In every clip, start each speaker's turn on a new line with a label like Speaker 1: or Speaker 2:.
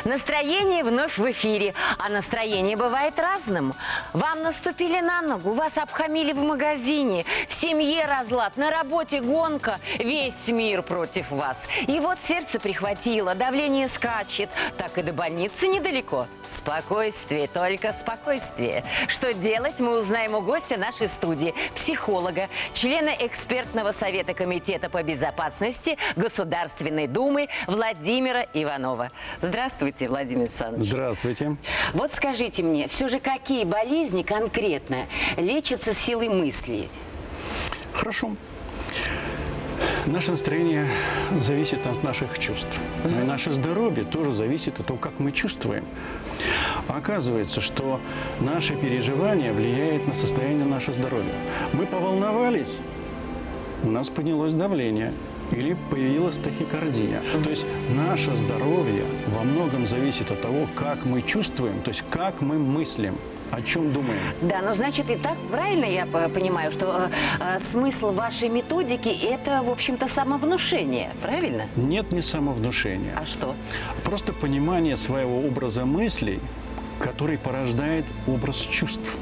Speaker 1: Настроение вновь в эфире, а настроение бывает разным. Вам наступили на ногу, вас обхамили в магазине, в семье разлад, на работе гонка, весь мир против вас. И вот сердце прихватило, давление скачет, так и до больницы недалеко. Спокойствие, только спокойствие. Что делать, мы узнаем у гостя нашей студии, психолога, члена экспертного совета Комитета по безопасности Государственной Думы Владимира Иванова. Здравствуйте, Владимир Александрович.
Speaker 2: Здравствуйте.
Speaker 1: Вот скажите мне, все же какие болезни конкретно лечатся силой мысли?
Speaker 2: Хорошо. Наше настроение зависит от наших чувств. Но и наше здоровье тоже зависит от того, как мы чувствуем. Оказывается, что наше переживание влияет на состояние нашего здоровья. Мы поволновались, у нас поднялось давление или появилась тахикардия. То есть наше здоровье во многом зависит от того, как мы чувствуем, то есть как мы мыслим. О чем думаем?
Speaker 1: Да, ну значит и так правильно я понимаю, что смысл вашей методики – это, в общем-то, самовнушение, правильно?
Speaker 2: Нет, не самовнушение.
Speaker 1: А что?
Speaker 2: Просто понимание своего образа мыслей, который порождает образ чувств.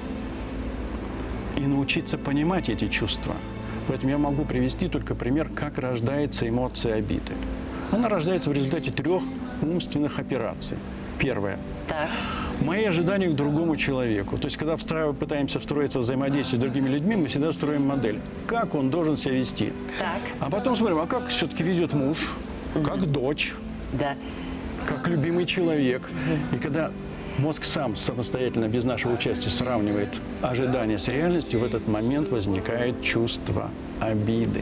Speaker 2: И научиться понимать эти чувства. Поэтому я могу привести только пример, как рождается эмоция обиды. Она рождается в результате 3 умственных операций. Первое.
Speaker 1: Так.
Speaker 2: Мои ожидания к другому человеку. То есть, когда пытаемся встроиться в взаимодействие с другими людьми, мы всегда строим модель. Как он должен себя вести.
Speaker 1: Так.
Speaker 2: А потом смотрим, а как все-таки ведет муж, как дочь,
Speaker 1: Да.
Speaker 2: как любимый человек. И когда мозг сам самостоятельно, без нашего участия, сравнивает ожидания с реальностью, в этот момент возникает чувство обиды.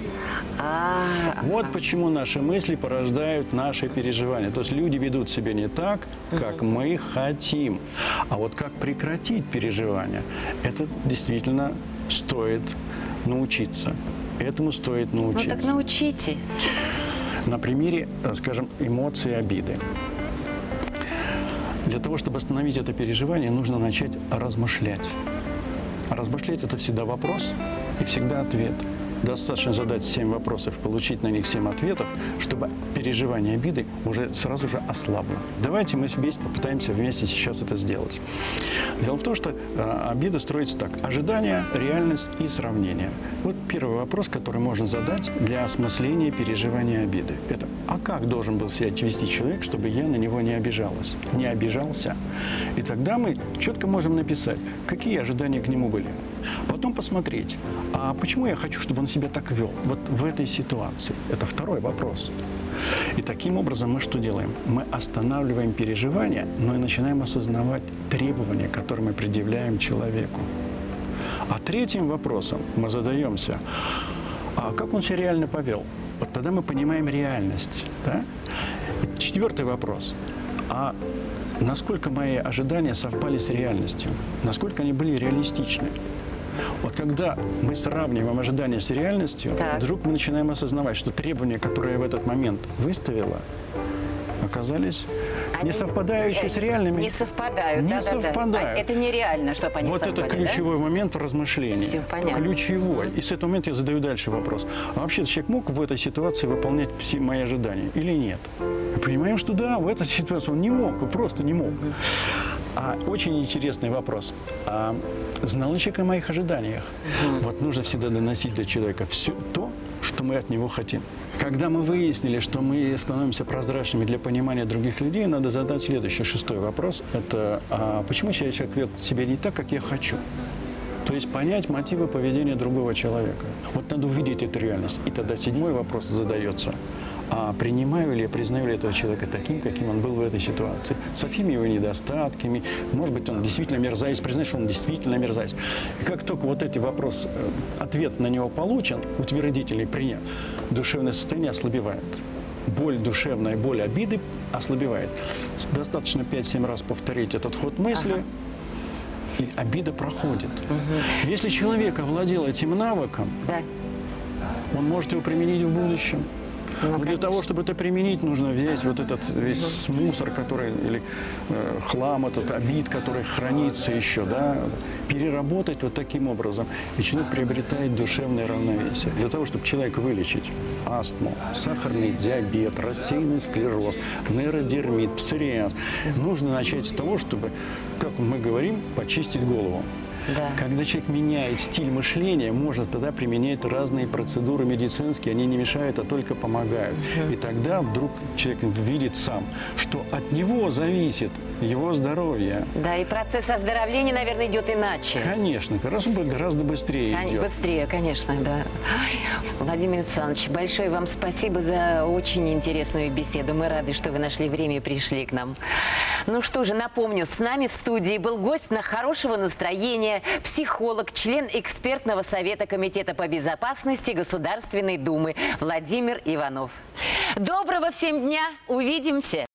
Speaker 2: Вот почему наши мысли порождают наши переживания. То есть люди ведут себя не так, как мы хотим. А вот как прекратить переживания, это действительно стоит научиться. Этому стоит научиться.
Speaker 1: Ну так научите.
Speaker 2: На примере, скажем, эмоции обиды. Для того, чтобы остановить это переживание, нужно начать размышлять. А размышлять – это всегда вопрос и всегда ответ. Достаточно задать 7 вопросов, получить на них 7 ответов, чтобы переживание обиды уже сразу же ослабло. Давайте мы вместе попытаемся вместе сейчас это сделать. Дело в том, что обида строится так. Ожидание, реальность и сравнение. Вот первый вопрос, который можно задать для осмысления переживания обиды. Это: а как должен был себя вести человек, чтобы я на него не обижалась, не обижался? И тогда мы четко можем написать, какие ожидания к нему были. Потом посмотреть, а почему я хочу, чтобы он себя так вел вот в этой ситуации? Это второй вопрос. И таким образом мы что делаем? Мы останавливаем переживания, но и начинаем осознавать требования, которые мы предъявляем человеку. А третьим вопросом мы задаемся, а как он себя реально повел? Вот тогда мы понимаем реальность. Да? И 4-й вопрос. А насколько мои ожидания совпали с реальностью? Насколько они были реалистичны? Вот когда мы сравниваем ожидания с реальностью, вдруг мы начинаем осознавать, что требования, которые я в этот момент выставила, оказались не совпадающие с реальными.
Speaker 1: Не совпадают.
Speaker 2: Не
Speaker 1: Да.
Speaker 2: совпадают.
Speaker 1: Это нереально, чтобы они совпали,
Speaker 2: это ключевой момент в размышлении.
Speaker 1: Все понятно.
Speaker 2: Ключевой. И с этого момента я задаю дальше вопрос. А вообще человек мог в этой ситуации выполнять все мои ожидания или нет? Мы понимаем, что да, в этой ситуации он не мог, он просто не мог. А очень интересный вопрос. А знал ли человек о моих ожиданиях? Вот нужно всегда доносить до человека все то, что мы от него хотим. Когда мы выяснили, что мы становимся прозрачными для понимания других людей, надо задать следующий, 6-й вопрос. Это: а почему человек ведет себя не так, как я хочу? То есть понять мотивы поведения другого человека. Вот надо увидеть эту реальность. И тогда 7-й вопрос задается: а принимаю ли я, признаю ли этого человека таким, каким он был в этой ситуации, со всеми его недостатками, может быть, он действительно мерзавец, признать, что он действительно мерзавец. И как только вот эти вопросы, ответ на него получен, утвердительный принят, душевное состояние ослабевает. Боль душевная, боль обиды ослабевает. Достаточно 5-7 раз повторить этот ход мысли, и обида проходит. Если человек овладел этим навыком, он может его применить в будущем. Но для того, чтобы это применить, нужно взять вот этот весь мусор, который, или хлам, этот обид, который хранится еще, да, переработать вот таким образом. И человек приобретает душевное равновесие. Для того, чтобы человек вылечить астму, сахарный диабет, рассеянный склероз, нейродермит, псориаз, нужно начать с того, чтобы, как мы говорим, почистить голову.
Speaker 1: Да.
Speaker 2: Когда человек меняет стиль мышления, можно тогда применять разные процедуры медицинские, они не мешают, а только помогают. И тогда вдруг человек видит сам, что от него зависит его здоровье.
Speaker 1: Да, и процесс оздоровления, наверное, идет иначе.
Speaker 2: Конечно, гораздо быстрее идет.
Speaker 1: Быстрее, конечно, да. Владимир Александрович, большое вам спасибо за очень интересную беседу. Мы рады, что вы нашли время и пришли к нам. Ну что же, напомню, с нами в студии был гость на хорошего настроения, психолог, член экспертного совета Комитета по безопасности Государственной Думы Владимир Иванов. Доброго всем дня! Увидимся!